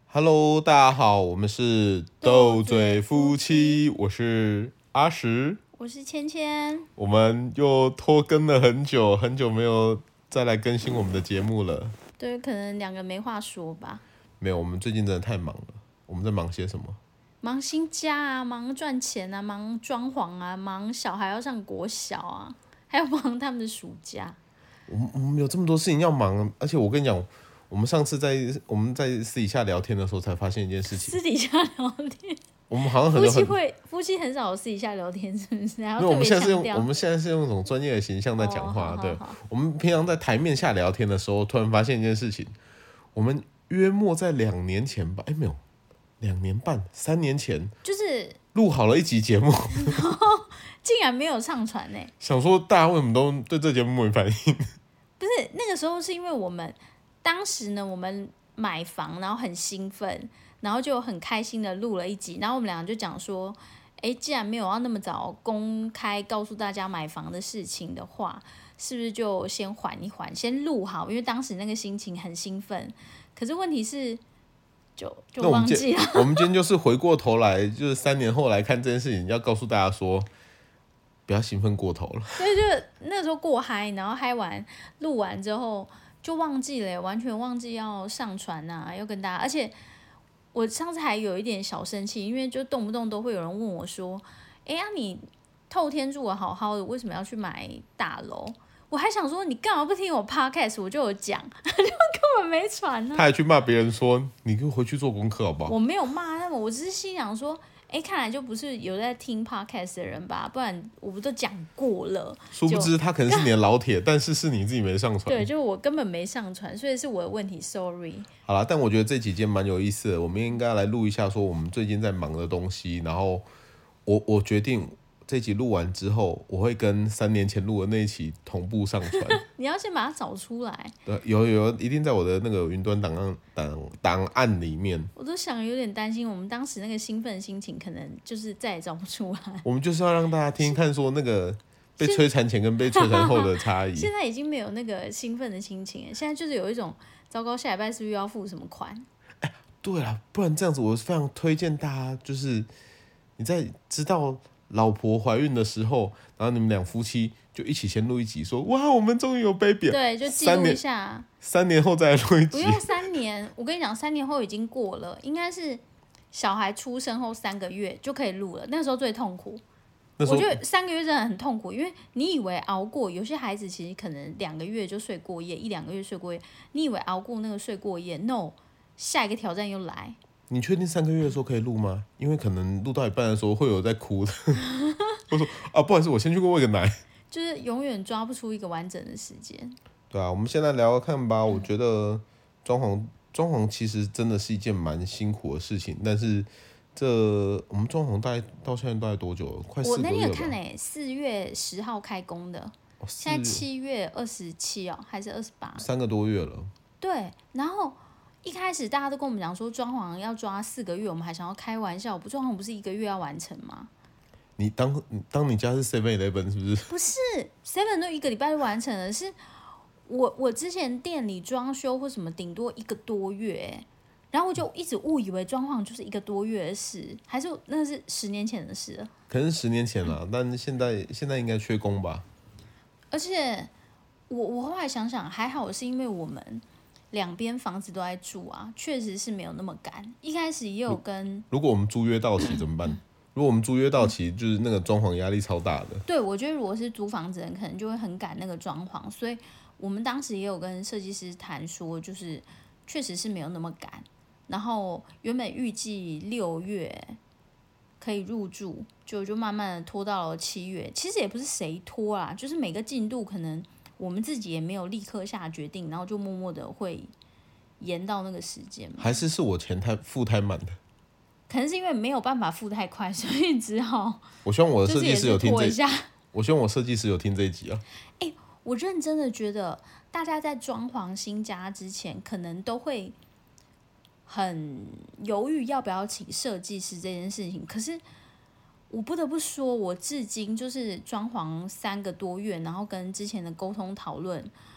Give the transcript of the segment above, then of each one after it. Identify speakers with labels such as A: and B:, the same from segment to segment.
A: Hello，大家好，我们是斗嘴夫妻，我是阿石，
B: 我是芊芊。
A: 我们又拖更了很久，很久没有再来更新我们的节目了。
B: 对，可能两个没话说吧。
A: 没有，我们最近真的太忙了。我们在忙些什么？
B: 忙新家啊，忙赚钱啊，忙装潢啊，忙小孩要上国小啊，还有忙他们的暑假。
A: 我们有这么多事情要忙，而且我跟你讲，我们上次我们在私底下聊天的时候才发现一件事情，
B: 私底下聊天，
A: 我们好像
B: 夫妻很少私底下聊天，是不是？还要
A: 因为我们现在是
B: 特别强调
A: 我们现在是用一种专业的形象在讲话。对，
B: 好
A: 我们平常在台面下聊天的时候，突然发现一件事情，我们约莫在2年前吧，没有，2年半、3年前，
B: 就是
A: 录好了一集节目，
B: 竟然没有上传呢。
A: 想说大家为什么都对这节目没反应？
B: 不是那个时候是因为我们当时呢，我们买房，然后很兴奋，然后就很开心的录了一集，然后我们两个就讲说，既然没有要那么早公开告诉大家买房的事情的话，是不是就先缓一缓，先录好？因为当时那个心情很兴奋，可是问题是就忘记了。
A: 我们今天就是回过头来，就是3年后来看这件事情，要告诉大家说，不要兴奋过头了。
B: 对，就那时候过嗨，然后嗨完录完之后就忘记了，完全忘记要上传啊，要跟大家。而且我上次还有一点小生气，因为就动不动都会有人问我说：“你透天住的好好的，为什么要去买大楼？”我还想说，你干嘛不听我 podcast？ 我就有讲，就根本没传呢。
A: 他还去骂别人说：“你给我回去做功课好不好？”
B: 我没有骂他们，我只是心想说。看来就不是有在听 podcast 的人吧，不然我不都讲过了。
A: 殊不知他可能是你的老铁，但是是你自己没上传。
B: 对，就是我根本没上传，所以是我的问题 ，sorry。
A: 好啦，但我觉得这几件蛮有意思的，我们应该来录一下，说我们最近在忙的东西。然后我决定这集录完之后，我会跟3年前录的那一期同步上传。
B: 你要先把它找出来。
A: 对，有，一定在我的那个云端档案里面。
B: 我都想有点担心，我们当时那个兴奋的心情，可能就是再也找不出来。
A: 我们就是要让大家听看说那个被摧残前跟被摧残后的差异。
B: 现在已经没有那个兴奋的心情了，现在就是有一种糟糕，下礼拜是不是又要付什么款？
A: 对啦，不然这样子，我非常推荐大家，就是你在知道老婆怀孕的时候，然后你们两夫妻就一起先录一集，说哇，我们终于有 baby 了。
B: 对，就记录一下。
A: 3年后再来录一集。
B: 不用3年，我跟你讲，3年后已经过了，应该是小孩出生后3个月就可以录了。那时候最痛苦，我觉得3个月真的很痛苦，因为你以为熬过，有些孩子其实可能2个月就睡过夜，1-2个月睡过夜，你以为熬过那个睡过夜 ，no， 下一个挑战又来。
A: 你确定3个月的时候可以录吗？因为可能录到一半的时候会有在哭的。我说啊，不好意思，我先去喂个奶。
B: 就是永远抓不出一个完整的时间。
A: 对啊，我们现在聊聊看吧。我觉得装潢其实真的是一件蛮辛苦的事情，但是我们装潢大概到现在大概多久了？快4个月了吧。
B: 我那天有看4月10号开工的，现在7月27还是28？3
A: 个多月了。
B: 对，然后一开始大家都跟我们讲说装潢要抓4个月，我们还想要开玩笑，装潢不是1个月要完成吗？
A: 你当你家是 7-Eleven 是不是？
B: 不是 7 都1个礼拜就完成了，是我之前店里装修或什么顶多1个多月，然后我就一直误以为装潢就是1个多月的事，还是那是10年前的事了。
A: 可能是10年前了，但现在应该缺工吧。
B: 而且我后来想想，还好是因为我们两边房子都在住啊，确实是没有那么赶。一开始也有跟
A: 如果我们租约到期怎么办？如果我们租约到期，就是那个装潢压力超大的。
B: 对，我觉得如果是租房子的人，可能就会很赶那个装潢，所以我们当时也有跟设计师谈说，就是确实是没有那么赶。然后原本预计6月可以入住，就慢慢的拖到了7月。其实也不是谁拖啦，就是每个进度可能我们自己也没有立刻下决定，然后就默默的会延到那个时间。
A: 还是我钱付太慢的。
B: 可能是因为没有办法付太快，所以只好。
A: 我希望我的设计师有听这一
B: 集。
A: 我希望我设计师有听这一集啊。
B: 我认真的觉得，大家在装潢新家之前，可能都会很犹豫要不要请设计师这件事情。可是我不得不说，我至今就是装潢3个多月，然后跟之前的沟通讨论，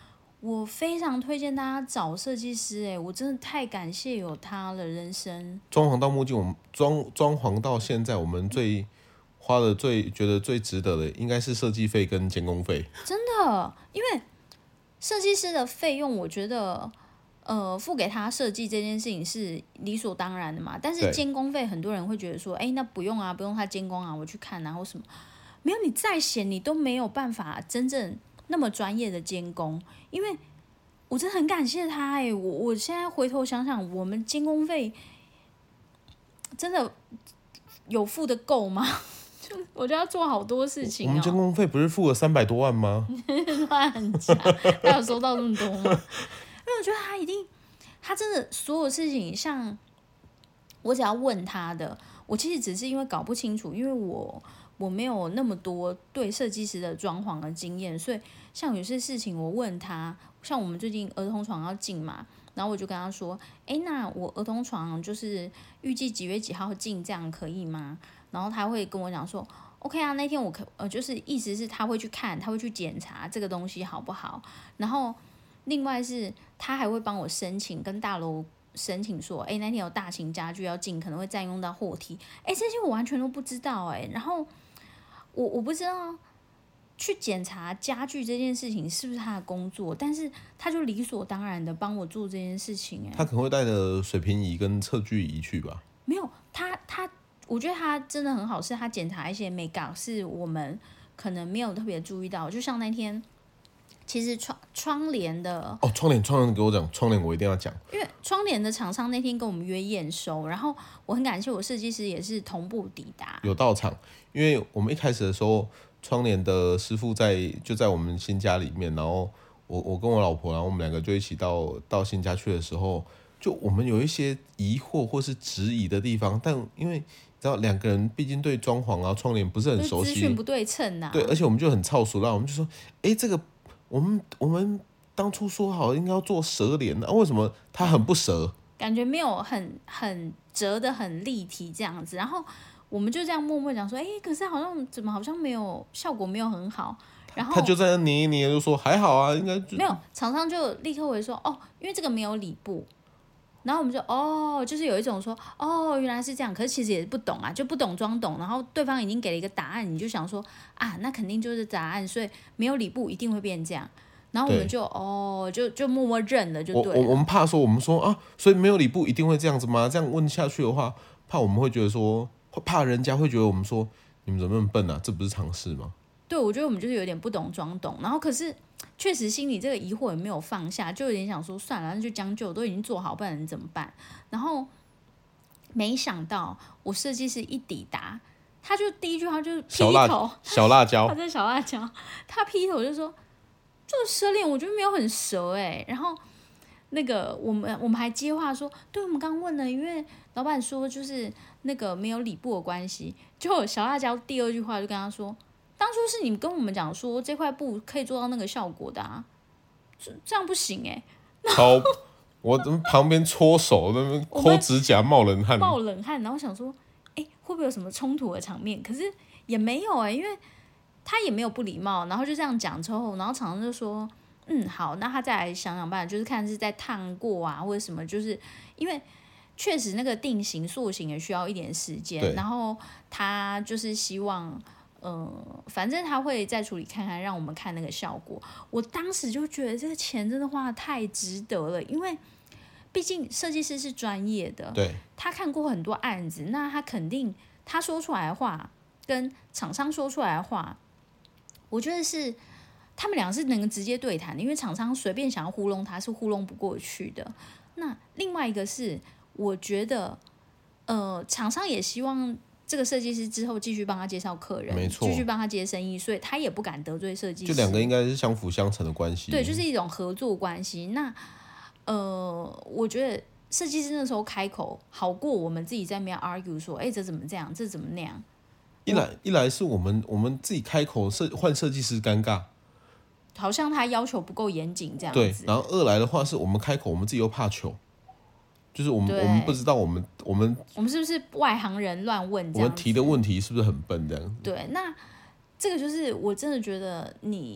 B: 我非常推荐大家找设计师，我真的太感谢有他了，人生。
A: 装潢到目前，我们装潢到现在，我们花的觉得最值得的，应该是设计费跟监工费。
B: 真的，因为设计师的费用，我觉得。付给他设计这件事情是理所当然的嘛，但是监工费很多人会觉得说，那不用啊，不用他监工啊，我去看啊或什么，没有，你再闲你都没有办法真正那么专业的监工，因为我真的很感谢他我现在回头想想，我们监工费真的有付的够吗？我就要做好多事情
A: 我们监工费不是付了300多万吗？
B: 乱讲，他有收到那么多吗？因为我觉得他真的所有事情，像我只要问他的，我其实只是因为搞不清楚，因为我没有那么多对设计师的装潢的经验，所以像有些事情我问他，像我们最近儿童床要进嘛，然后我就跟他说，那我儿童床就是预计几月几号进，这样可以吗？然后他会跟我讲说 ，OK 啊，那天就是意思是他会去看，他会去检查这个东西好不好，然后。另外是，他还会帮我申请，跟大楼申请说，那天有大型家具要进，可能会占用到货梯，这些我完全都不知道，然后我不知道去检查家具这件事情是不是他的工作，但是他就理所当然的帮我做这件事情，
A: 他可能会带着水平仪跟测距仪去吧？
B: 没有，我觉得他真的很好，是他检查一些美感是我们可能没有特别注意到，就像那天。其实窗帘的
A: 窗帘给我讲，窗帘我一定要讲，
B: 因为窗帘的厂商那天跟我们约验收，然后我很感谢我设计师也是同步抵达，
A: 有到场，因为我们一开始的时候，窗帘的师傅就在我们新家里面，然后我跟我老婆，然后我们两个就一起到新家去的时候，就我们有一些疑惑或是质疑的地方，但因为你知道两个人毕竟对装潢啊窗帘不是很熟悉，
B: 资讯不对称啊，
A: 对，而且我们就很操俗啦，我们就说，这个。我们当初说好应该要做蛇帘的，为什么它很不蛇？
B: 感觉没有很折的很立体这样子，然后我们就这样默默讲说，可是好像没有效果，没有很好。然后
A: 他就在那捏一捏，就说还好啊，应该
B: 没有。厂商就立刻回说，因为这个没有里布。然后我们就就是有一种说原来是这样，可是其实也不懂啊，就不懂装懂，然后对方已经给了一个答案，你就想说那肯定就是答案，所以没有里布一定会变这样，然后我们就默默认了就对了。
A: 我们怕说我们说所以没有里布一定会这样子吗？这样问下去的话，怕我们会觉得说，怕人家会觉得我们说你们怎么那么笨啊？这不是常识吗？
B: 对，我觉得我们就是有点不懂装懂，然后可是确实心里这个疑惑也没有放下，就有点想说算了，那就将就，都已经做好，不然能怎么办？然后没想到我设计师一抵达，他就第一句话就是劈头，
A: 小辣椒，
B: 他在小辣椒，他劈头就说这个蛇脸我觉得没有很蛇然后那个我们还接话说，对，我们刚问了，因为老板说就是那个没有里布的关系，就小辣椒第二句话就跟他说。当初是你跟我们讲说这块布可以做到那个效果的这样不行
A: 我旁边搓手，那边抠指甲冒冷汗，
B: 然后想说，会不会有什么冲突的场面？可是也没有因为他也没有不礼貌，然后就这样讲之后，然后厂商就说，好，那他再来想想办法，就是看是在烫过啊或者什么，就是因为确实那个定型塑形也需要一点时间，然后他就是希望。反正他会再处理看看，让我们看那个效果。我当时就觉得这个钱真的花得太值得了，因为毕竟设计师是专业的，
A: 对，
B: 他看过很多案子，那他肯定他说出来的话跟厂商说出来的话，我觉得是他们俩是能直接对谈的，因为厂商随便想要糊弄他是糊弄不过去的。那另外一个是，我觉得厂商也希望。这个设计师之后继续帮他介绍客人，
A: 没错，
B: 继续帮他接生意，所以他也不敢得罪设计师。
A: 就两个应该是相辅相成的关系，
B: 对，就是一种合作关系。那我觉得设计师那时候开口好过我们自己在那边 argue 说，这怎么这样，这怎么那样。
A: 一来是我们自己开口换设计师尴尬，
B: 好像他要求不够严谨这样子。对，
A: 然后二来的话是我们开口，我们自己又怕糗。就是我们不知道我们
B: 是不是外行人乱问这样子，
A: 我们提的问题是不是很笨这样子？
B: 对，那这个就是我真的觉得你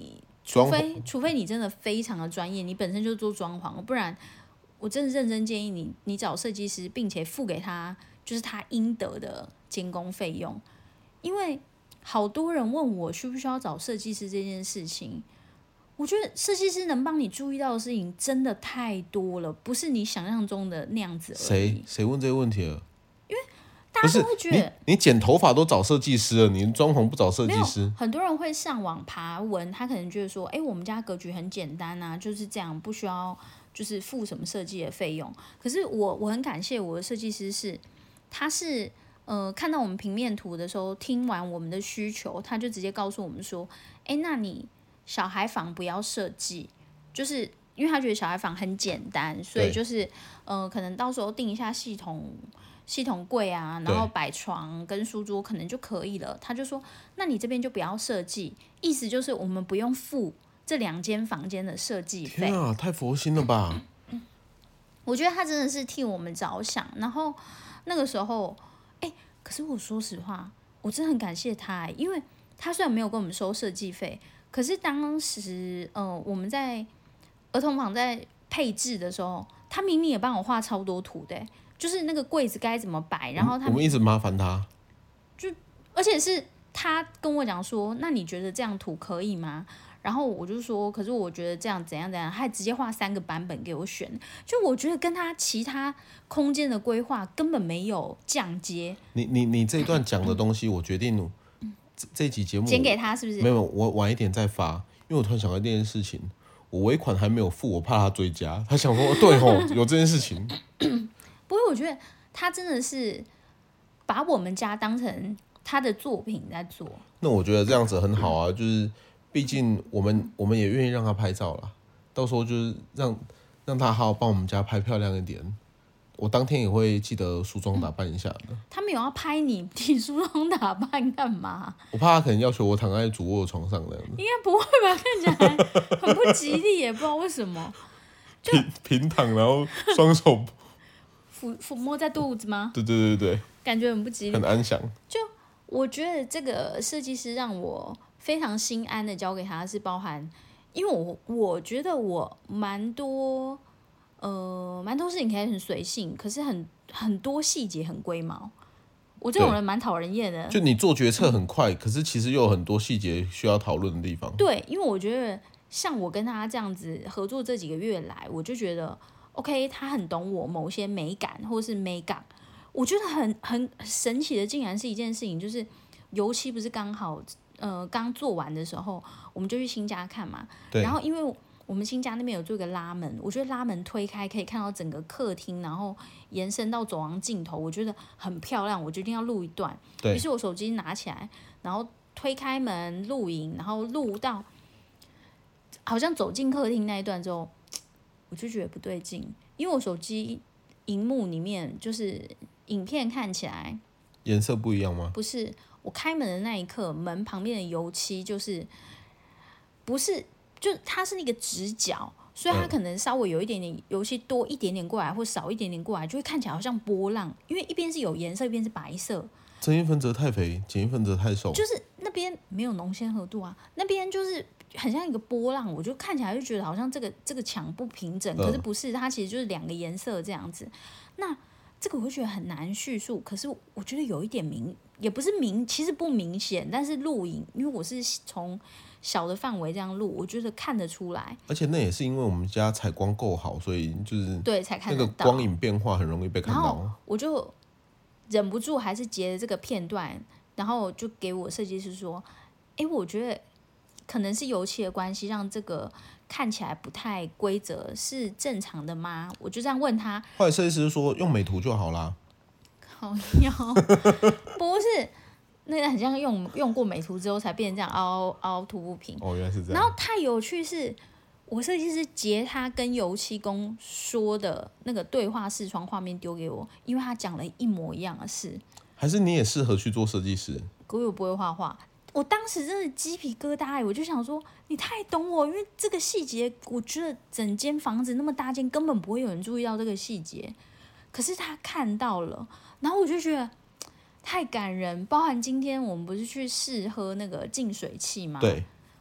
B: 除非你真的非常的专业，你本身就做装潢，不然我真的认真建议你找设计师，并且付给他就是他应得的监工费用。因为好多人问我需不需要找设计师这件事情，我觉得设计师能帮你注意到的事情真的太多了，不是你想象中的那样子而已。
A: 谁问这个问题了？
B: 大家都会觉得
A: 你剪头发都找设计师了，你装潢不找设计师？
B: 很多人会上网爬文，他可能觉得说，我们家格局很简单啊，就是这样，不需要就是付什么设计的费用。可是我很感谢我的设计师他是看到我们平面图的时候，听完我们的需求，他就直接告诉我们说，那你小孩房不要设计，就是因为他觉得小孩房很简单，所以就是可能到时候定一下系统柜啊，然后摆床跟书桌可能就可以了。他就说，那你这边就不要设计，意思就是我们不用付这2间房间的设计费。
A: 天啊，太佛心了吧！
B: 我觉得他真的是替我们着想。然后那个时候，可是我说实话，我真的很感谢他，因为他虽然没有跟我们收设计费，可是当时我们在儿童房在配置的时候，他明明也帮我画超多图的。就是那个柜子该怎么摆，然后
A: 我们一直麻烦他，
B: 而且是他跟我讲说，那你觉得这样图可以吗？然后我就说，可是我觉得这样怎样怎样，他还直接画3个版本给我选，就我觉得跟他其他空间的规划根本没有降阶。
A: 你这一段讲的东西，我决定这集节目
B: 剪给他是不是？
A: 没有，我晚一点再发，因为我突然想到这件事情，我尾款还没有付，我怕他追加，他想说对吼，有这件事情。
B: 不过我觉得他真的是把我们家当成他的作品在做。
A: 那我觉得这样子很好啊，就是毕竟我们也愿意让他拍照啦，到时候就是让他好好帮我们家拍漂亮一点。我当天也会记得梳妆打扮一下的。
B: 他没有要拍你梳妆打扮干嘛？
A: 我怕他可能要求我躺在主卧床上那样子。
B: 应该不会吧？看起来很不吉利，也不知道为什么。
A: 平躺，然后双手
B: 抚摸在肚子吗？
A: 对，
B: 感觉很不吉利，
A: 很安详。
B: 就我觉得这个设计师让我非常心安的交给他，是包含，因为我觉得我蛮多事情可以很随性，可是很多细节很龟毛。我这种人蛮讨人厌的。
A: 就你做决策很快，可是其实又有很多细节需要讨论的地方。
B: 对，因为我觉得像我跟他这样子合作这几个月来，我就觉得 OK， 他很懂我某些美感或是美感。我觉得很神奇的，竟然是一件事情，就是油漆不是刚好刚做完的时候，我们就去新家看嘛。然后因为我们新家那边有做一个拉门，我觉得拉门推开可以看到整个客厅，然后延伸到走廊尽头，我觉得很漂亮，我决定要录一段。于是我手机拿起来，然后推开门录影，然后录到好像走进客厅那一段之后，我就觉得不对劲，因为我手机荧幕里面就是影片看起来
A: 颜色不一样吗？
B: 不是，我开门的那一刻，门旁边的油漆不是，就它是那个直角，所以它可能稍微有一点点油漆多一点点过来，或少一点点过来，就会看起来好像波浪，因为一边是有颜色，一边是白色。
A: 增一分则太肥，减一分则太瘦。
B: 就是那边没有浓鲜合度啊，那边就是很像一个波浪，我就看起来就觉得好像这个墙不平整，可是不是，它其实就是2个颜色这样子。那这个我会觉得很难叙述，可是我觉得有一点也不是其实不明显，但是录影，因为我是从小的范围这样录，我觉得看得出来。
A: 而且那也是因为我们家采光够好，所以就是
B: 对才看得到
A: 那个光影变化很容易被看到。
B: 然后我就忍不住还是截了这个片段，然后就给我设计师说：“我觉得可能是油漆的关系，让这个看起来不太规则，是正常的吗？”我就这样问他。
A: 后来设计师说用美图就好啦。
B: 好妖，不是，那个很像用过美图之后才变成这样凹凸不平。
A: 哦，原来是这样。
B: 然后太有趣是，我设计师截他跟油漆工说的那个对话视窗画面丢给我，因为他讲了一模一样的事。
A: 还是你也适合去做设计师？
B: 可我不会画画，我当时真的鸡皮疙瘩，我就想说你太懂我，因为这个细节，我觉得整间房子那么大间，根本不会有人注意到这个细节，可是他看到了，然后我就觉得太感人。包含今天我们不是去试喝那个净水器吗？
A: 对，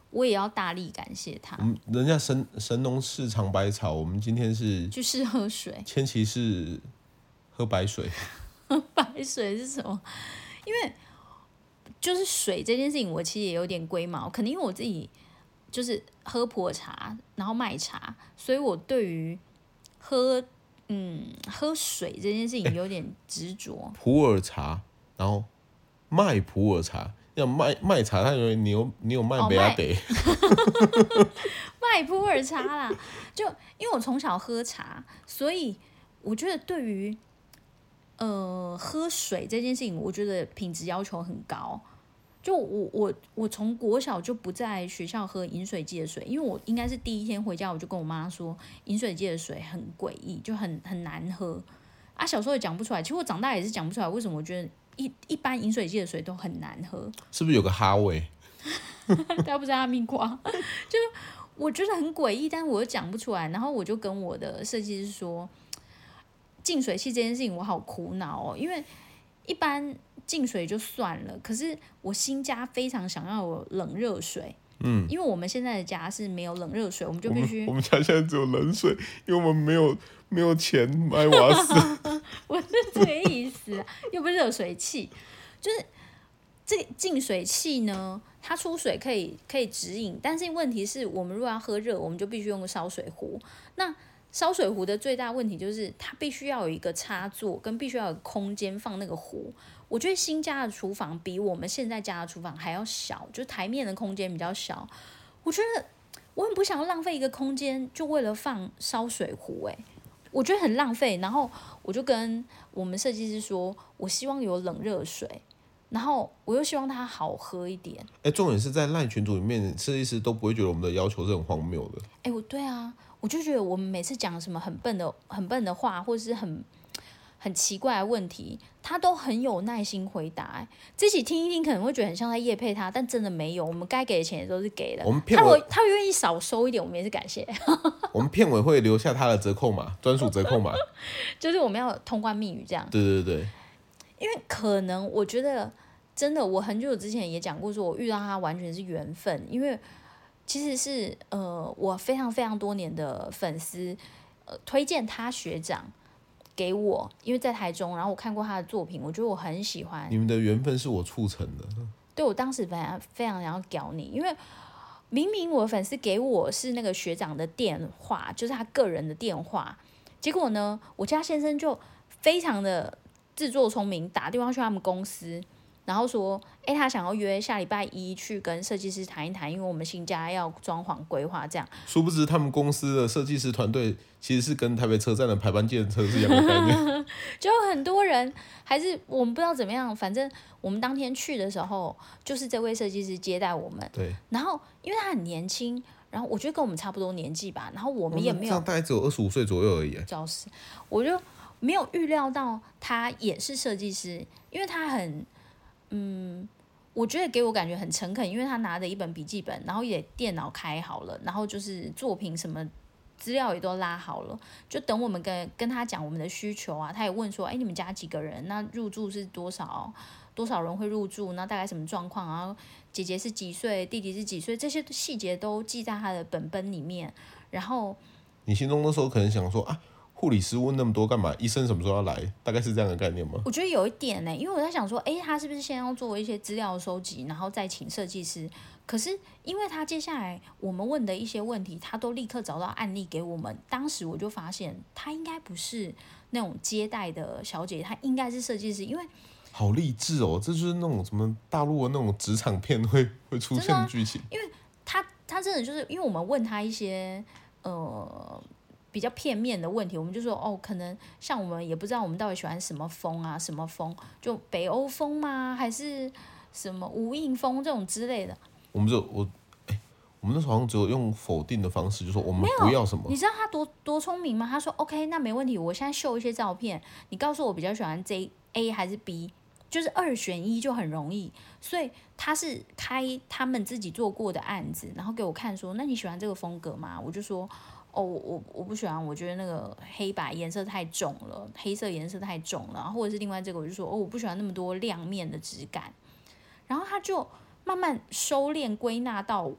B: 我也要大力感谢他。
A: 人家神农氏尝百草，我们今天是
B: 去试喝水，
A: 千奇是喝白水。
B: 白水是什么？因为就是水这件事情，我其实也有点龟毛，可能因为我自己就是喝普洱茶，然后卖茶，所以我对于喝水这件事情有点执着。
A: 普洱茶，然后卖普洱茶，要卖茶，他以为你有卖北亚得。
B: 卖普洱茶啦，就因为我从小喝茶，所以我觉得对于喝水这件事情，我觉得品质要求很高。就我从国小就不在学校喝饮水机的水，因为我应该是第一天回家我就跟我妈说，饮水机的水很诡异，就很难喝啊。小时候也讲不出来，其实我长大也是讲不出来为什么我觉得一般饮水机的水都很难喝，
A: 是不是有个哈味？
B: 大家不知道哈密瓜，就我觉得很诡异，但是我又讲不出来。然后我就跟我的设计师说，净水器这件事情我好苦恼哦，因为一般净水就算了，可是我新家非常想要有冷热水。因为我们现在的家是没有冷热水，我们就必须
A: 我们家现在只有冷水，因为我们没有钱买瓦斯。
B: 我是这个意思啊，又不是热水器，就是这个净水器呢，它出水可以直饮，但是问题是我们如果要喝热，我们就必须用个烧水壶。那烧水壶的最大问题就是它必须要有一个插座，跟必须要有空间放那个壶。我觉得新家的厨房比我们现在家的厨房还要小，就是台面的空间比较小。我觉得我很不想要浪费一个空间，就为了放烧水壶，我觉得很浪费。然后我就跟我们设计师说，我希望有冷热水，然后我又希望它好喝一点。
A: 重点是在LINE群组里面，设计师都不会觉得我们的要求是很荒谬的。
B: 对啊，我就觉得我们每次讲什么很笨的话，或者是很奇怪的问题，他都很有耐心回答。自己听一听可能会觉得很像在业配他，但真的没有，我们该给的钱也都是给了。他愿意少收一点，我们也是感谢。
A: 我们片尾会留下他的折扣码，专属折扣码，
B: 就是我们要有通关密语这样。
A: 对对对，
B: 因为可能我觉得真的，我很久之前也讲过，说我遇到他完全是缘分，因为其实是我非常非常多年的粉丝推荐他学长给我，因为在台中，然后我看过他的作品，我觉得我很喜欢。
A: 你们的缘分是我促成的。
B: 对，我当时非常想要屌你，因为明明我的粉丝给我是那个学长的电话，就是他个人的电话，结果呢，我家先生就非常的自作聪明，打电话去他们公司，然后说，他想要约下礼拜一去跟设计师谈一谈，因为我们新家要装潢规划这样。
A: 殊不知他们公司的设计师团队其实是跟台北车站的排班计程车是一样的概念。
B: 就很多人还是我们不知道怎么样，反正我们当天去的时候，就是这位设计师接待我们。
A: 对。
B: 然后因为他很年轻，然后我觉得跟我们差不多年纪吧，然后我们也没有，
A: 这样大概只有25岁左右而已。
B: 就是我就没有预料到他也是设计师，因为他很我觉得给我感觉很诚恳，因为他拿着一本笔记本，然后也电脑开好了，然后就是作品什么资料也都拉好了，就等我们跟他讲我们的需求啊。他也问说，你们家几个人？那入住是多少人会入住？那大概什么状况？然后姐姐是几岁，弟弟是几岁？这些细节都记在他的本里面。然后
A: 你心中那时候可能想说啊，护理师问那么多干嘛？医生什么时候要来？大概是这样的概念吗？
B: 我觉得有一点呢，因为我在想说，他是不是先要做一些资料收集，然后再请设计师？可是因为他接下来我们问的一些问题，他都立刻找到案例给我们。当时我就发现，他应该不是那种接待的小姐，他应该是设计师，因为
A: 好励志哦，这就是那种什么大陆的那种职场片会出现的剧情。
B: 因为他真的就是因为我们问他一些比较片面的问题，我们就说可能像我们也不知道我们到底喜欢什么风啊，什么风，就北欧风吗？还是什么无印风这种之类的？
A: 我们那时候好像只有用否定的方式，就说我们不要什么。
B: 你知道他多聪明吗？他说 OK， 那没问题，我现在秀一些照片，你告诉我比较喜欢 A 还是 B， 就是2选1就很容易。所以他是开他们自己做过的案子，然后给我看说，那你喜欢这个风格吗？我就说我不喜欢，我觉得那个黑白颜色太重了，黑色颜色太重了，或者是另外这个我就说我不喜欢那么多亮面的质感。然后他就慢慢收敛归纳到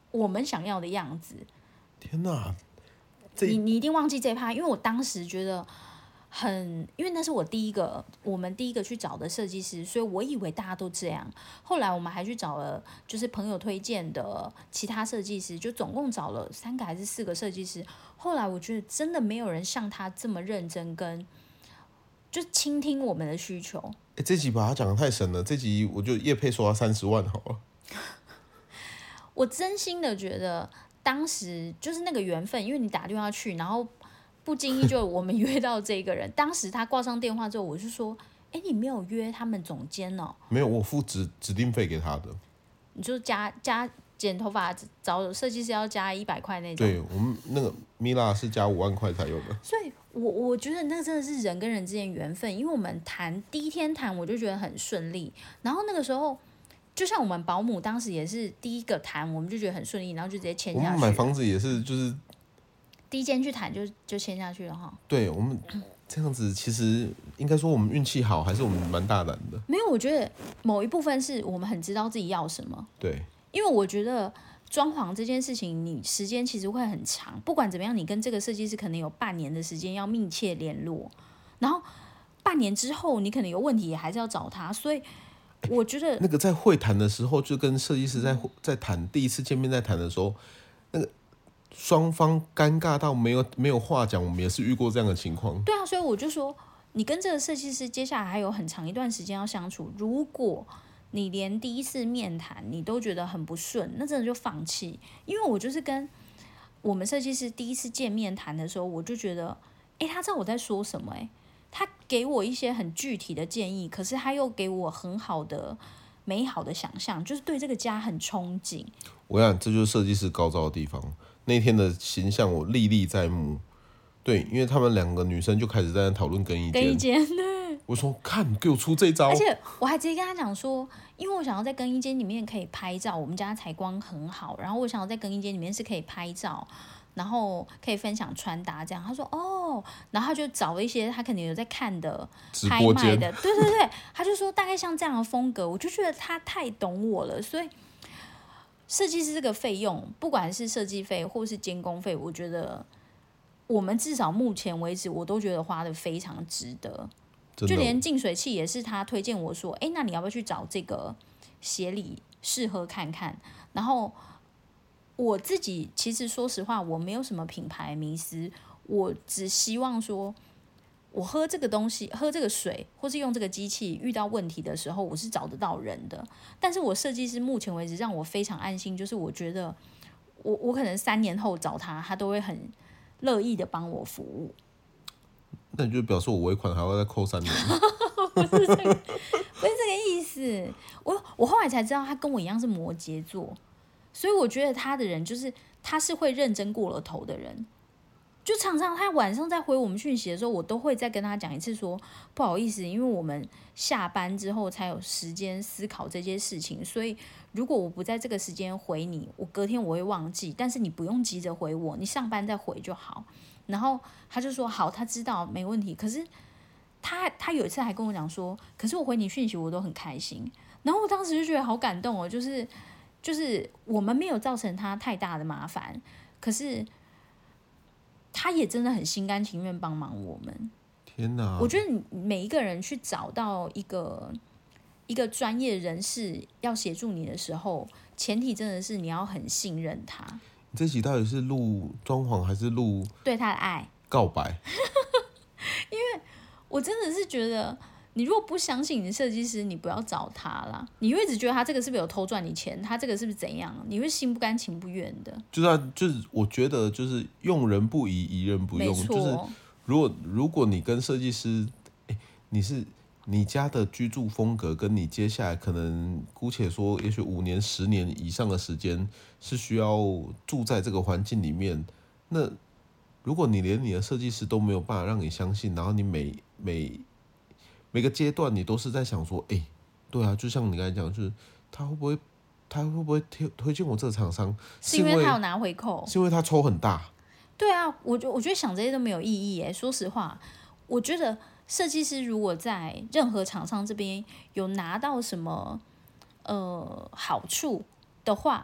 B: 我们想要的样子。
A: 天哪，
B: 你一定忘记这一趴，因为我当时觉得因为那是我们第一个去找的设计师，所以我以为大家都这样。后来我们还去找了就是朋友推荐的其他设计师，就总共找了3个还是4个设计师。后来我觉得真的没有人像他这么认真跟就倾听我们的需求。
A: 这集把他讲得太神了，这集我就业配说他30万好了。
B: 我真心的觉得当时就是那个缘分，因为你打电话去，然后不经意就我们约到这个人。当时他挂上电话之后，我就说：“你没有约他们总监哦？”
A: 没有，我付指定费给他的。
B: 你就加剪头发找设计师要加100块那种。
A: 对，我们那个米拉是加5万块才有的。
B: 所以我觉得那真的是人跟人之间缘分，因为我们第一天谈我就觉得很顺利，然后那个时候就像我们保姆当时也是第一个谈，我们就觉得很顺利，然后就直接签下去。
A: 我们买房子也是，就是
B: 第一间去谈就签下去了哈。
A: 对，我们这样子其实应该说我们运气好，还是我们蛮大胆的。
B: 没有，我觉得某一部分是我们很知道自己要什么。
A: 对，
B: 因为我觉得装潢这件事情，你时间其实会很长，不管怎么样，你跟这个设计师可能有半年的时间要密切联络，然后半年之后你可能有问题也还是要找他，所以我觉得
A: 那个在会谈的时候，就跟设计师在谈第一次见面在谈的时候，那个双方尴尬到没有话讲，我们也是遇过这样的情况。
B: 对啊，所以我就说，你跟这个设计师接下来还有很长一段时间要相处，如果你连第一次面谈你都觉得很不顺，那真的就放弃。因为我就是跟我们设计师第一次见面谈的时候，我就觉得，他知道我在说什么，他给我一些很具体的建议，可是他又给我很好的美好的想象，就是对这个家很憧憬。
A: 我想这就是设计师高招的地方。那天的形象我历历在目。对，因为他们2个女生就开始在那讨论更衣间。
B: 对。
A: 我说看，给我出这招。
B: 而且我还直接跟他讲说，因为我想要在更衣间里面可以拍照，我们家采光很好，然后我想要在更衣间里面是可以拍照，然后可以分享穿搭这样。他说哦，然后他就找了一些他可能有在看的拍卖的，对，他就说大概像这样的风格，我就觉得他太懂我了。所以设计师这个费用，不管是设计费或是监工费，我觉得我们至少目前为止我都觉得花的非常值得。就连净水器也是他推荐我说，那你要不要去找这个协理试喝看看？然后我自己其实说实话，我没有什么品牌迷思，我只希望说，我喝这个东西、喝这个水，或是用这个机器，遇到问题的时候，我是找得到人的。但是我设计师目前为止让我非常安心，就是我觉得我可能3年后找他，他都会很乐意的帮我服务。
A: 那你就表示我尾款还要再扣3年？
B: 不是这个意思。我后来才知道他跟我一样是摩羯座，所以我觉得他的人就是他是会认真过了头的人。就常常他晚上在回我们讯息的时候，我都会再跟他讲一次说不好意思，因为我们下班之后才有时间思考这些事情，所以如果我不在这个时间回你，我隔天我会忘记，但是你不用急着回我，你上班再回就好。然后他就说好，他知道没问题。可是他有一次还跟我讲说，可是我回你讯息我都很开心。然后我当时就觉得好感动哦，就是我们没有造成他太大的麻烦，可是他也真的很心甘情愿帮忙我们。
A: 天哪！
B: 我觉得每一个人去找到一个专业人士要协助你的时候，前提真的是你要很信任他。
A: 你这集到底是录装潢还是录
B: 对他的爱
A: 告白？
B: 因为我真的是觉得，你如果不相信你的设计师，你不要找他啦。你会一直觉得他这个是不是有偷赚你钱，他这个是不是怎样，你会心不甘情不愿的。
A: 就是我觉得就是用人不疑，疑人不用。就是如果你跟设计师，你家的居住风格跟你接下来可能姑且说，也许5年、10年以上的时间是需要住在这个环境里面，那如果你连你的设计师都没有办法让你相信，然后你每个阶段你都是在想说，对啊，就像你刚才讲，就是他会不会推荐我这个厂商？
B: 是因为他有拿回扣，
A: 是因为他抽很大。
B: 对啊，我觉得想这些都没有意义耶。说实话，我觉得设计师如果在任何厂商这边有拿到什么好处的话，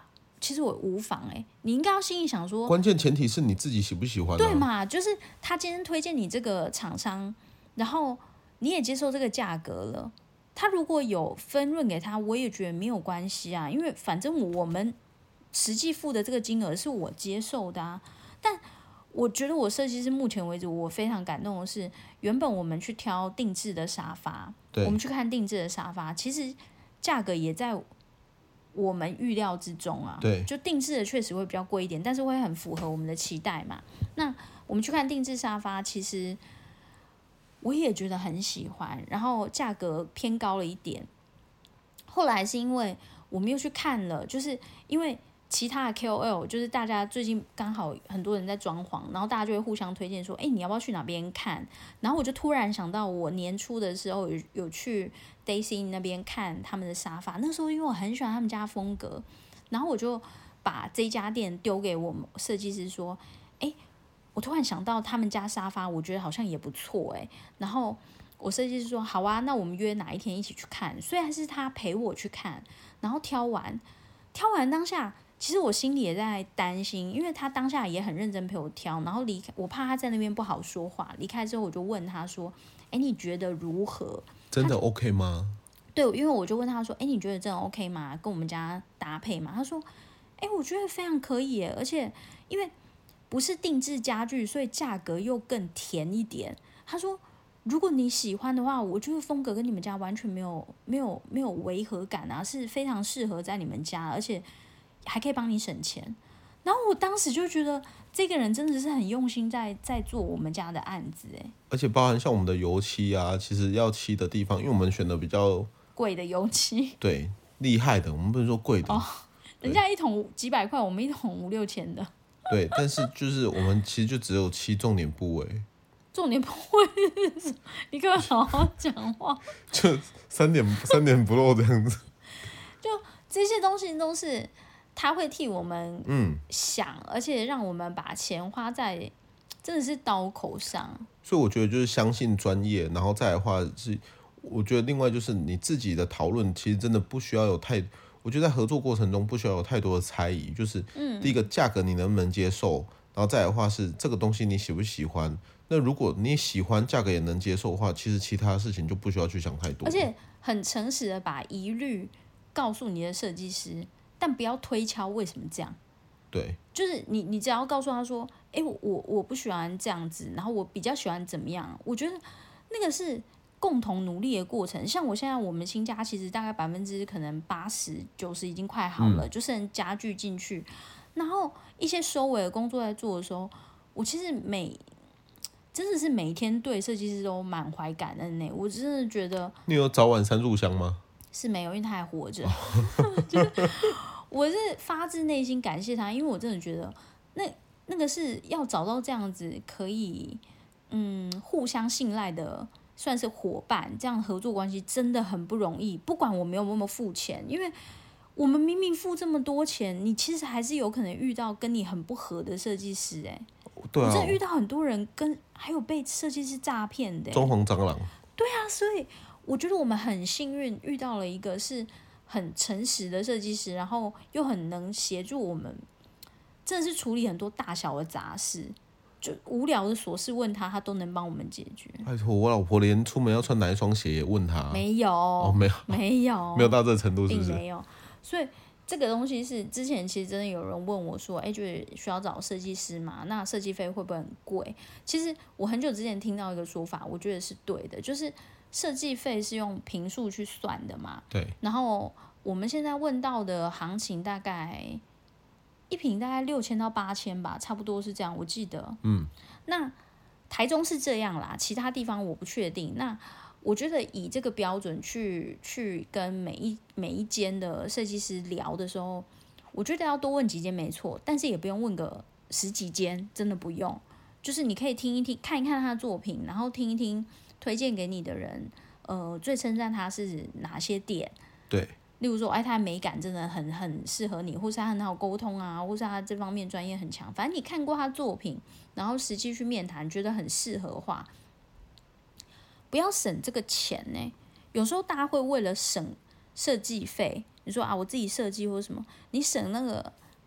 B: 其实我无妨你应该要心里想说，
A: 关键前提是你自己喜不喜欢
B: 对嘛？就是他今天推荐你这个厂商，然后你也接受这个价格了，他如果有分润给他，我也觉得没有关系啊，因为反正我们实际付的这个金额是我接受的啊。但我觉得我设计师目前为止我非常感动的是，原本我们去挑定制的沙发，我们去看定制的沙发，其实价格也在我们预料之中啊。
A: 对，
B: 就定制的确实会比较贵一点，但是会很符合我们的期待嘛。那我们去看定制沙发，其实我也觉得很喜欢，然后价格偏高了一点。后来是因为我们又去看了，就是因为其他的 KOL， 就是大家最近刚好很多人在装潢，然后大家就会互相推荐说，你要不要去哪边看？然后我就突然想到，我年初的时候有去 Daisy 那边看他们的沙发，那时候因为我很喜欢他们家风格，然后我就把这家店丢给我们设计师说，我突然想到他们家沙发，我觉得好像也不错然后我设计师说好啊，那我们约哪一天一起去看？虽然是他陪我去看，然后挑完当下。其实我心里也在担心，因为他当下也很认真陪我挑，然后离开，我怕他在那边不好说话。离开之后，我就问他说：“你觉得如何？
A: 真的 OK 吗？”
B: 对，因为我就问他说：“你觉得真的 OK 吗？跟我们家搭配吗？”他说：“我觉得非常可以耶，而且因为不是定制家具，所以价格又更甜一点。”他说：“如果你喜欢的话，我觉得风格跟你们家完全没有违和感啊，是非常适合在你们家，而且。”还可以帮你省钱，然后我当时就觉得这个人真的是很用心在做我们家的案子
A: 而且包含像我们的油漆啊，其实要漆的地方，因为我们选的比较
B: 贵的油漆，
A: 对，厉害的，我们不能说贵的
B: 人家一桶几百块，我们一桶5、6千的，
A: 对，但是就是我们其实就只有漆重点部位，
B: 重点部位，你可不可以好好讲话？
A: 就三点不漏这样子，
B: 就这些东西都是。他会替我们想，而且让我们把钱花在真的是刀口上。
A: 所以我觉得就是相信专业，然后再来的话是，我觉得另外就是你自己的讨论，其实真的不需要有我觉得在合作过程中不需要有太多的猜疑，就是第一个价格你能不能接受，然后再来的话是这个东西你喜不喜欢。那如果你喜欢，价格也能接受的话，其实其他事情就不需要去想太多。
B: 而且很诚实的把疑虑告诉你的设计师。但不要推敲为什么这样，
A: 对，
B: 就是你只要告诉他说，我不喜欢这样子，然后我比较喜欢怎么样，我觉得那个是共同努力的过程。像我现在我们新家其实大概可能80%、90%已经快好了，就剩家具进去，然后一些收尾的工作在做的时候，我其实真的是每一天对设计师都满怀感恩呢。我真的觉得，
A: 你有早晚3炷香吗？
B: 是没有，因为他还活着。就是我是发自内心感谢他，因为我真的觉得那个是要找到这样子可以互相信赖的，算是伙伴，这样合作关系真的很不容易。不管我没有付钱，因为我们明明付这么多钱，你其实还是有可能遇到跟你很不合的设计师
A: 对啊，
B: 我真的遇到很多人还有被设计师诈骗的
A: 装潢蟑螂。
B: 对啊，所以我觉得我们很幸运遇到了一个是很诚实的设计师，然后又很能协助我们，真的是处理很多大小的杂事，就无聊的琐事问他都能帮我们解决。
A: 拜托，我老婆连出门要穿哪一双鞋也问他。
B: 没有，
A: 没有，
B: 没有，
A: 没有到这个程度，是不是？
B: 并没有。所以这个东西是之前其实真的有人问我说，就是需要找设计师嘛？那设计费会不会很贵？其实我很久之前听到一个说法，我觉得是对的，就是设计费是用坪数去算的嘛。
A: 对。
B: 然后我们现在问到的行情大概一坪大概6000到8000吧，差不多是这样，我记得。那台中是这样啦，其他地方我不确定。那我觉得以这个标准去跟每一间的设计师聊的时候，我觉得要多问几间没错，但是也不用问个10几间，真的不用。就是你可以听一听，看一看他的作品，然后听一听推荐给你的人，最称赞他是哪些点。
A: 对。
B: 例如说，他的美感真的很适合你，或是他很好沟通啊，或是他这方面专业很强。反正你看过他作品，然后实际去面谈，觉得很适合的话，不要省这个钱呢。有时候大家会为了省设计费，你说啊，我自己设计或什么，你省那个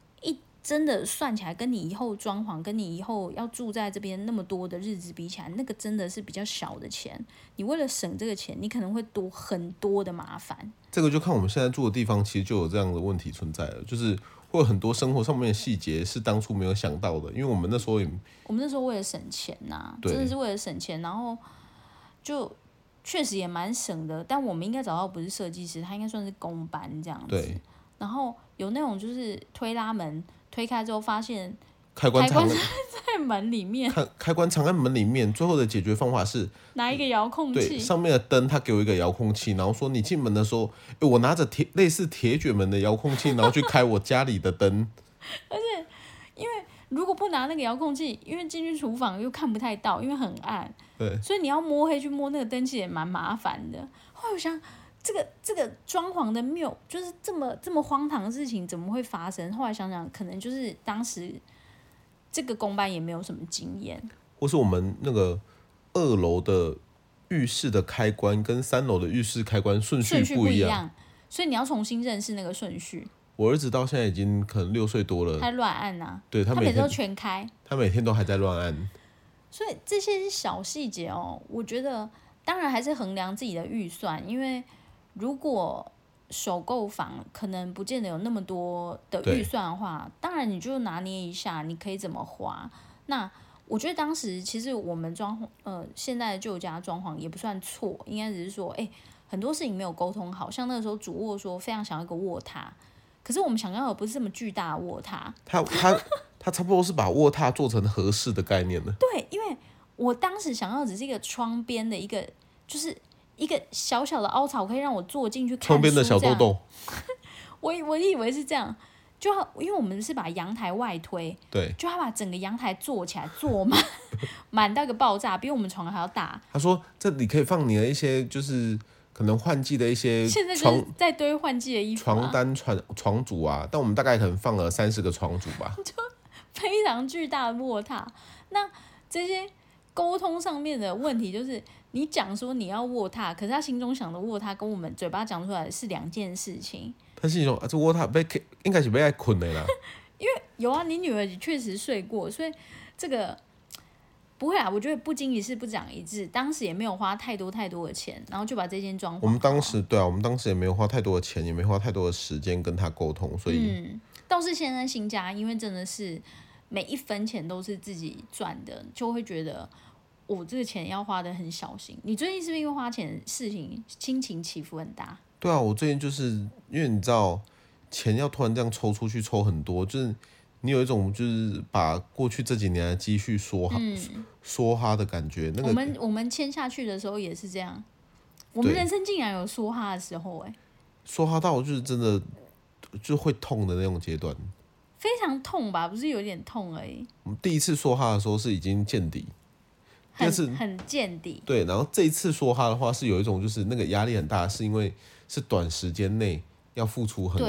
B: 真的算起来，跟你以后装潢，跟你以后要住在这边那么多的日子比起来，那个真的是比较小的钱。你为了省这个钱，你可能会多很多的麻烦。
A: 这个就看我们现在住的地方，其实就有这样的问题存在了，就是会有很多生活上面的细节是当初没有想到的，因为我们那时候
B: 为了省钱呐、真的是为了省钱，然后就确实也蛮省的。但我们应该找到不是设计师，他应该算是工班这样子。
A: 对，
B: 然后有那种就是推拉门推开之后发现
A: 开关藏
B: 在门里面，
A: 开关藏在门里面，最后的解决方法是
B: 拿一个遥控器，
A: 对，上面的灯他给我一个遥控器，然后说你进门的时候，我拿着类似铁卷门的遥控器，然后去开我家里的灯。
B: 而且因为如果不拿那个遥控器，因为进去厨房又看不太到，因为很暗，
A: 对，
B: 所以你要摸黑去摸那个灯，其实也蛮麻烦的。后来我想，这个装潢的谬，就是这么荒唐的事情怎么会发生？后来想想，可能就是当时这个工班也没有什么经验，
A: 或是我们那个2楼的浴室的开关跟3楼的浴室开关顺序不一样，
B: 所以你要重新认识那个顺序。
A: 我儿子到现在已经可能6岁多了，
B: 他乱按啊，
A: 对他
B: 每次都全开，
A: 他每天都还在乱按。
B: 所以这些小细节哦，我觉得当然还是衡量自己的预算，因为如果首购房可能不见得有那么多的预算的话，当然你就拿捏一下你可以怎么花。那我觉得当时其实我们现在的旧家装潢也不算错，应该只是说很多事情没有沟通好，像那个时候主卧说非常想要一个卧榻，可是我们想要的不是这么巨大的卧榻，
A: 他差不多是把卧榻做成合适的概念了。
B: 对，因为我当时想要只是一个窗边的就是一个小小的凹槽，可以让我坐进去看书。
A: 窗边的小豆豆，
B: 我以为是这样，因为我们是把阳台外推，
A: 对，
B: 就他把整个阳台做起来，坐满到一个爆炸，比我们床还要大。
A: 他说这里可以放你的一些就是可能换季的一些
B: 现在就是在堆换季的衣服、
A: 床单、床组啊，但我们大概可能放了30个床组吧，
B: 就非常巨大的卧榻。那这些沟通上面的问题，就是你讲说你要卧榻，可是他心中想的卧榻跟我们嘴巴讲出来是2件事情。
A: 他心说这卧榻应该是被爱困的啦。
B: 因为有啊，你女儿也确实睡过，所以这个不会啊。我觉得不经一事不长一智，当时也没有花太多的钱，然后就把这间装潢好。
A: 我们当时也没有花太多的钱，也没花太多的时间跟他沟通，所以
B: 倒是现在新家，因为真的是每一分钱都是自己赚的，就会觉得我这个钱要花得很小心。你最近是不是因为花钱事情心情起伏很大？
A: 对啊，我最近就是因为你知道钱要突然这样抽出去抽很多，就是你有一种就是把过去这几年的积蓄梭哈的感觉。那个
B: 我们签下去的时候也是这样，我们人生竟然有梭哈的时候
A: 梭哈到就是真的就会痛的那种阶段，
B: 非常痛吧？不是有点痛而已。
A: 我们第一次梭哈的时候是已经见底，第二次
B: 很见底。
A: 对，然后这一次梭哈的话是有一种就是那个压力很大，是因为是短时间内要付出很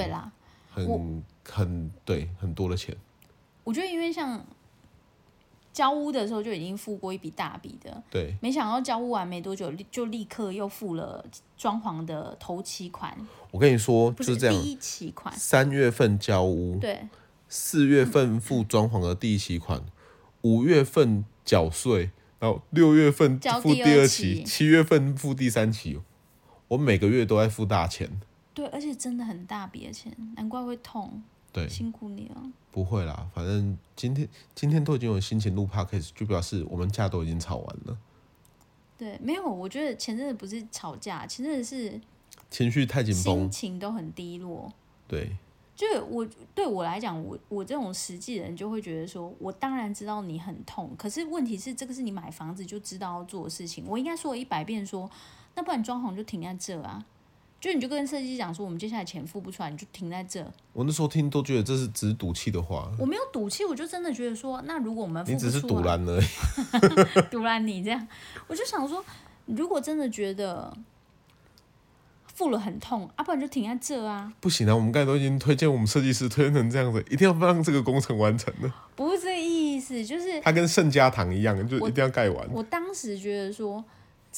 A: 多的钱。
B: 我觉得因为像交屋的时候就已经付过一笔大笔的，
A: 对，
B: 没想到交屋完没多久就立刻又付了装潢的头期款。
A: 我跟你说
B: 不
A: 就是这样，
B: 第一期款
A: 3月份交屋，
B: 对
A: ，4月份付装潢的第一期款，5月份缴税，然后6月份付第2期，7月份付第3期。我每个月都在付大钱。
B: 对，而且真的很大笔的钱，难怪会痛。
A: 对，
B: 辛苦你了。
A: 不会啦，反正今天都已经有心情录 podcast， 就表示我们架都已经吵完了。
B: 对，没有，我觉得前阵子不是吵架，前阵子是
A: 情绪太紧绷，
B: 心情都很低落。
A: 对，
B: 就对我来讲，我这种实际人就会觉得说，我当然知道你很痛，可是问题是这个是你买房子就知道要做的事情。我应该说了100遍说，那不然装潢就停在这啊。就你就跟设计师讲说，我们接下来钱付不出来，你就停在这。
A: 我那时候听都觉得这是只是赌气的话。
B: 我没有赌气，我就真的觉得说，那如果我们付不出来，
A: 你只是赌烂而已，
B: 赌烂你这样，我就想说，如果真的觉得付了很痛啊，不然就停在这啊。
A: 不行啊，我们刚才都已经推荐我们设计师推荐成这样子，一定要让这个工程完成的。
B: 不是这个意思，就是
A: 它跟圣家堂一样，就一定要盖完。
B: 我当时觉得说，这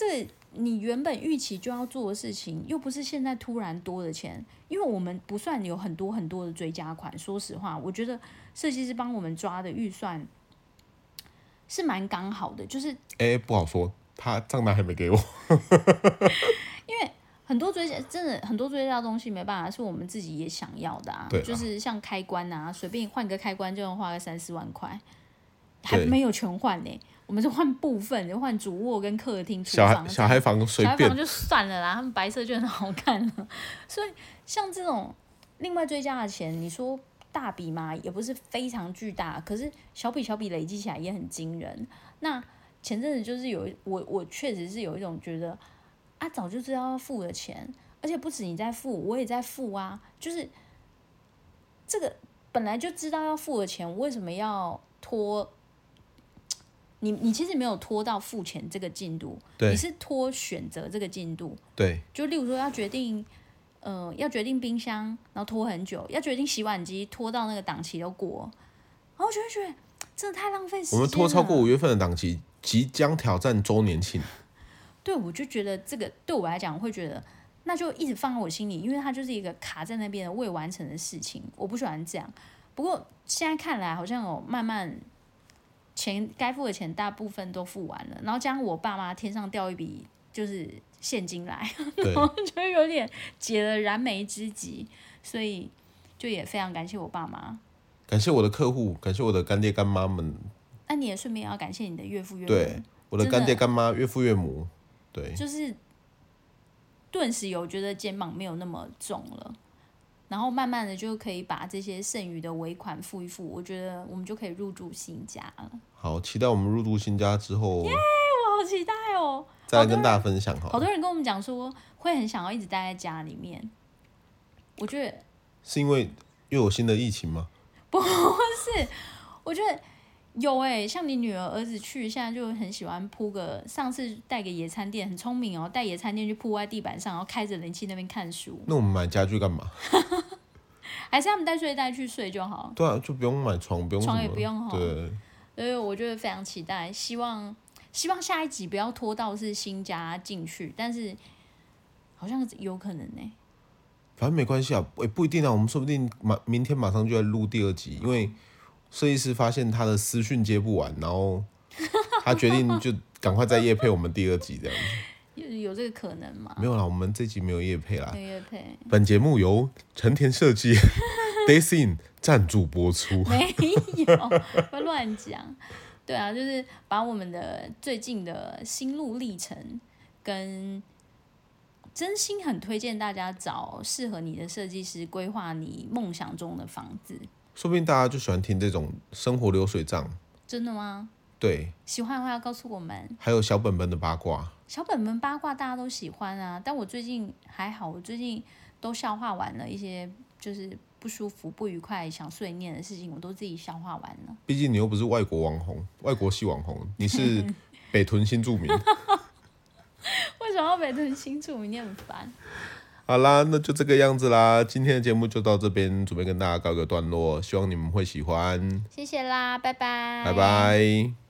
B: 你原本预期就要做的事情，又不是现在突然多的钱，因为我们不算有很多很多的追加款。说实话，我觉得设计师帮我们抓的预算是蛮刚好的，就是
A: 不好说，他账单还没给我。
B: 因为真的很多追加的东西没办法，是我们自己也想要的啊。就是像开关啊，随便换个开关就能花个3-4万块，还没有全换呢。我们是换部分，就换主卧跟客厅、厨房、
A: 小孩房随便，
B: 小孩房就算了啦，他们白色就很好看了。所以像这种另外追加的钱，你说大笔嘛，也不是非常巨大，可是小笔累积起来也很惊人。那前阵子就是我确实是有一种觉得啊，早就知道要付的钱，而且不止你在付，我也在付啊。就是这个本来就知道要付的钱，我为什么要拖？你其实没有拖到付钱这个进度，你是拖选择这个进度。
A: 对，
B: 就例如说要决定冰箱，然后拖很久；要决定洗碗机，拖到那个档期都过，然后我就会觉得真的太浪费时间了。
A: 我们拖超过5月份的档期，即将挑战周年庆。
B: 对，我就觉得这个对我来讲，我会觉得那就一直放在我心里，因为它就是一个卡在那边的未完成的事情，我不喜欢这样。不过现在看来，好像有慢慢。该付的钱大部分都付完了，然后加上我爸妈天上掉一笔就是现金来，然后就有点解了燃眉之急，所以就也非常感谢我爸妈，
A: 感谢我的客户，感谢我的干爹干妈们。
B: 那你也顺便要感谢你的岳父岳母，
A: 对，我的干爹干妈、岳父岳母，对，
B: 就是顿时有觉得肩膀没有那么重了。然后慢慢的就可以把这些剩余的尾款付一付，我觉得我们就可以入住新家了。
A: 好，期待我们入住新家之后，
B: 耶，我好期待哦！
A: 再来跟大家分享好。
B: 好多人跟我们讲说，会很想要一直待在家里面。我觉得
A: 是因为又有新的疫情吗？
B: 不是，我觉得有像你女儿儿子去，现在就很喜欢铺个，上次带个野餐垫，很聪明哦，带野餐垫去铺在地板上，然后开着冷气那边看书。
A: 那我们买家具干嘛？
B: 还是他们带睡袋去睡就好。
A: 对啊，就不用买床，不用
B: 床也不用
A: 对，
B: 所以我觉得非常期待，希望下一集不要拖到是新家进去，但是好像有可能呢。
A: 反正没关系啊，不一定啊，我们说不定明天马上就来录第2集，因为设计师发现他的私讯接不完，然后他决定就赶快再业配我们第2集这样子。
B: 有这个可能吗？
A: 没有啦，我们这集没有业配啦。
B: 没有业配。
A: 本节目由成田设计 Daysin 赞助播出。
B: 没有，不要乱讲。对啊，就是把我们的最近的心路历程跟真心很推荐大家找适合你的设计师规划你梦想中的房子。
A: 说不定大家就喜欢听这种生活流水账。
B: 真的吗？
A: 对，
B: 喜欢的话要告诉我们。
A: 还有小本本的八卦。
B: 小本本八卦大家都喜欢啊，但我最近还好，我最近都消化完了一些就是不舒服、不愉快、想碎念的事情，我都自己消化完了。
A: 毕竟你又不是外国网红，外国系网红，你是北屯新住民。
B: 为什么要北屯新住民？你很烦。
A: 好啦，那就这个样子啦。今天的节目就到这边，准备跟大家告个段落，希望你们会喜欢。
B: 谢谢啦，拜拜。
A: 拜拜。